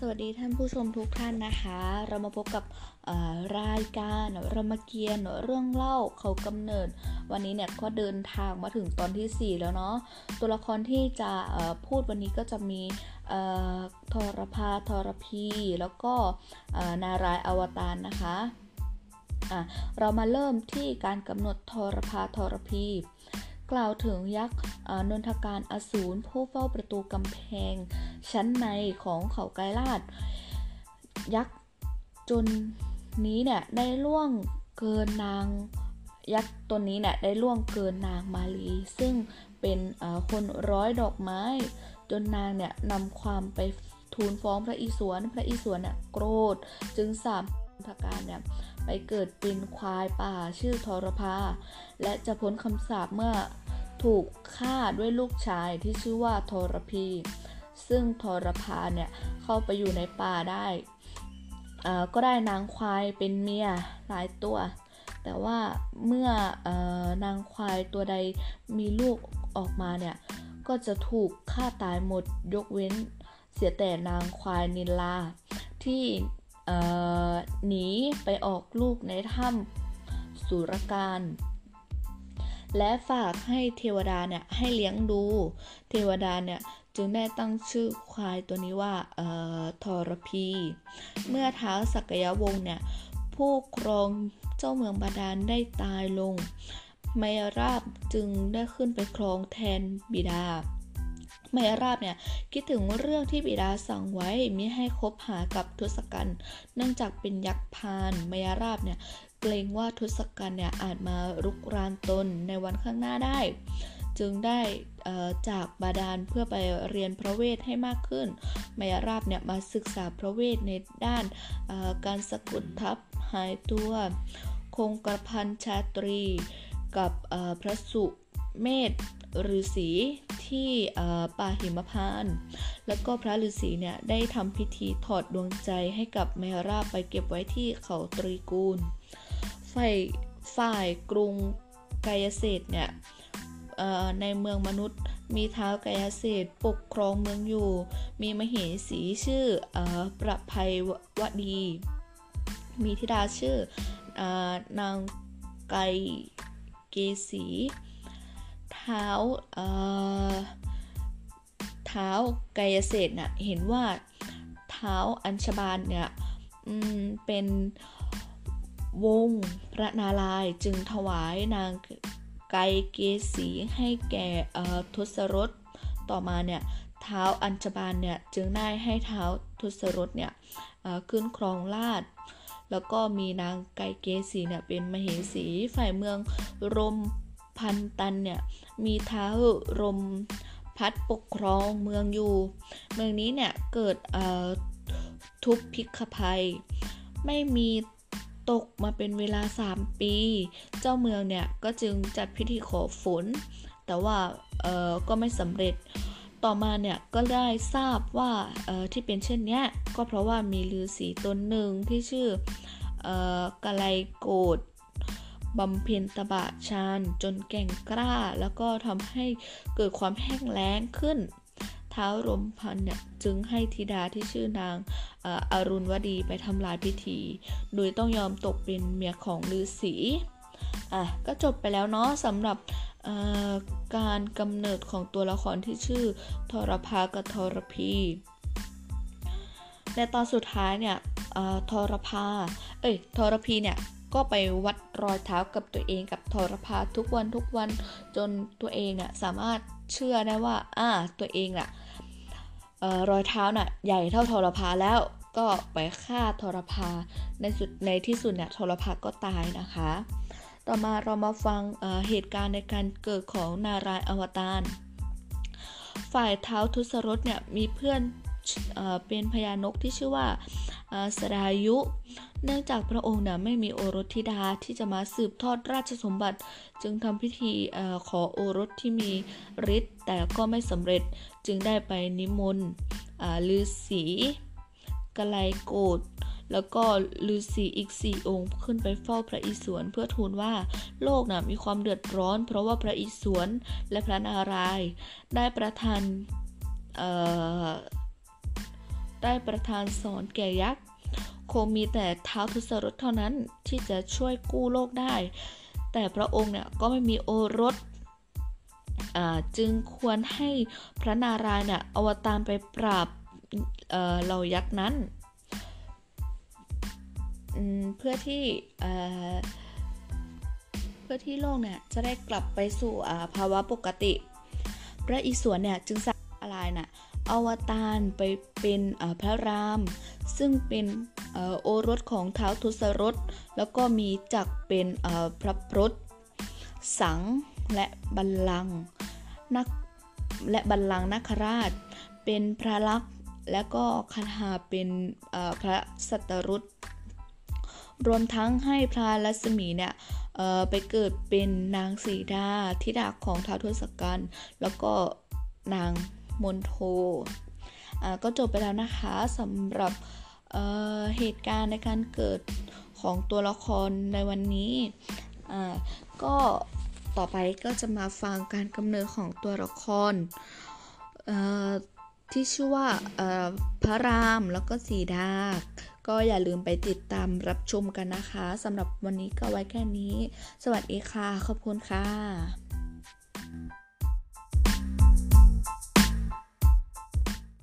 สวัสดีท่านผู้ชมทุกท่านนะคะเรามาพบกับรายการรามเกียรติ์เรื่องเล่าเขากำเนิดวันนี้เนี่ยก็เดินทางมาถึงตอนที่4แล้วเนาะตัวละครที่จะพูดวันนี้ก็จะมีทรพาทรพีแล้วก็นารายณ์อวตารนะคะเรามาเริ่มที่การกำหนดทรพาทรพีกล่าวถึงยักษ์นนทการอสูรผู้เฝ้าประตูกำแพงชั้นในของเขาไกรลาศยักษ์จนนี้เนี่ยได้ล่วงเกินนางยักษ์ตนนี้เนี่ยได้ล่วงเกินนางมาลีซึ่งเป็นคนร้อยดอกไม้จนนางเนี่ยนำความไปทูลฟ้องพระอิศวรเนี่ยโกรธจึงสาปนนทการเนี่ยไปเกิดเป็นควายป่าชื่อทรพาและจะพ้นคำสาปเมื่อถูกฆ่าด้วยลูกชายที่ชื่อว่าทรพีซึ่งทรพาเนี่ยเข้าไปอยู่ในป่าได้ก็ได้นางควายเป็นเมียหลายตัวแต่ว่าเมื่อนางควายตัวใดมีลูกออกมาเนี่ยก็จะถูกฆ่าตายหมดยกเว้นเสียแต่นางควายนิลลาที่หนีไปออกลูกในถ้ำสุรการและฝากให้เทวดาเนี่ยให้เลี้ยงดูเทวดาเนี่ยจึงได้ตั้งชื่อควายตัวนี้ว่าทรพีเมื่อท้าวสักยวงศ์เนี่ยผู้ครองเจ้าเมืองบาดาลได้ตายลงมยราบจึงได้ขึ้นไปครองแทนบิดามยราบเนี่ยคิดถึงเรื่องที่บิดาสั่งไว้มิให้คบหากับทศกัณฐ์เนื่องจากเป็นยักษ์พาลมยราบเนี่ยเกรงว่าทศกัณฐ์เนี่ยอาจมารุกรานตนในวันข้างหน้าได้จึงได้จากบาดาลเพื่อไปเรียนพระเวทให้มากขึ้นมยราบเนี่ยมาศึกษาพระเวทในด้านการสะกดทับหายตัวคงกระพันชาตรีกับพระสุเมธฤาษีที่ป่าหิมพานต์แล้วก็พระฤาษีเนี่ยได้ทำพิธีถอดดวงใจให้กับมยราบไปเก็บไว้ที่เขาตรีกูลฝ่ายกรุงกายเศษเนี่ยในเมืองมนุษย์มีท้าวกายเศษปกครองเมืองอยู่มีมเหสีชื่อประภัยวดีมีธิดาชื่อนางไกเกษีท้าวกายเศษน่ะเห็นว่าท้าวอัญชบาลเนี่ยเป็นวงพระนารายณ์จึงถวายนางไกเกษีให้แก่ทศรถต่อมาเนี่ยท้าวอัญชบาลเนี่ยจึงได้ให้ท้าวทศรถเนี่ยขึ้นครองราชย์แล้วก็มีนางไกเกษีเนี่ยเป็นมเหสีฝ่ายเมืองรมพันตันเนี่ยมีท้าวรมพัดปกครองเมืองอยู่เมืองนี้เนี่ยเกิดทุพพิฆภัยไม่มีตกมาเป็นเวลา3 ปีเจ้าเมืองเนี่ยก็จึงจัดพิธีขอฝนแต่ว่าก็ไม่สำเร็จต่อมาเนี่ยก็ได้ทราบว่าที่เป็นเช่นนี้ก็เพราะว่ามีฤาษีตนหนึ่งที่ชื่อกะไลโกฏบำเพ็ญตบะฌานจนแก่งกล้าแล้วก็ทำให้เกิดความแห้งแล้งขึ้นท้าวรมพันธ์เนี่ยจึงให้ธิดาที่ชื่อนางอรุณวดีไปทำลายพิธีโดยต้องยอมตกเป็นเมียของฤาษีก็จบไปแล้วเนาะสำหรับการกำเนิดของตัวละครที่ชื่อทรพากับทรพีในตอนสุดท้ายเนี่ยทรพีเนี่ยก็ไปวัดรอยเท้ากับตัวเองกับทรพาทุกวันจนตัวเองเนี่ยสามารถเชื่อได้ว่าตัวเองน่ะรอยเท้าน่ะใหญ่เท่าทรพาแล้วก็ไปฆ่าทรพาในที่สุดเนี่ยทรพาก็ตายนะคะต่อมาเรามาฟังเหตุการณ์ในการเกิดของนารายณ์อวตารฝ่ายท้าวทศรถเนี่ยมีเพื่อนเป็นพญานกที่ชื่อว่าสดายุเนื่องจากพระองค์เนี่ยไม่มีโอรสธิดาที่จะมาสืบทอดราชสมบัติจึงทำพิธีขอโอรสที่มีฤทธิ์แต่ก็ไม่สำเร็จจึงได้ไปนิมนต์ฤาษีกะไลโกฏแล้วก็ฤาษีอีก4 องค์ขึ้นไปเฝ้าพระอิศวรเพื่อทูลว่าโลกน่ะมีความเดือดร้อนเพราะว่าพระอิศวรและพระนารายณ์ได้ประทานได้ประทานสอนแก่ยักษ์คงมีแต่ท้าวทศรถเท่านั้นที่จะช่วยกู้โลกได้แต่พระองค์เนี่ยก็ไม่มีโอรสจึงควรให้พระนารายณ์เนี่ยอวตารไปปราบเหล่ายักษ์นั้นเพื่อที่โลกเนี่ยจะได้กลับไปสู่ภาวะปกติพระอิศวรเนี่ยจึงสั่งนารายณ์น่ะอวตารไปเป็นพระรามซึ่งเป็นโอรสของท้าวทศรถแล้วก็มีจักรเป็นพระพรตสังและบัลลังก์นาคราชเป็นพระลักษณ์และก็คณหาเป็นพระสัตรุตรวมทั้งให้พระลัษมีเนี่ยไปเกิดเป็นนางสีดาธิดาของท้าวทศกัณฐ์แล้วก็นางมณโฑก็จบไปแล้วนะคะสำหรับเหตุการณ์ในการเกิดของตัวละครในวันนี้ก็ต่อไปก็จะมาฟังการกำเนิดของตัวละครที่ชื่อว่าพระรามแล้วก็สีดาก็อย่าลืมไปติดตามรับชมกันนะคะสำหรับวันนี้ก็ไว้แค่นี้สวัสดีค่ะขอบคุณค่ะ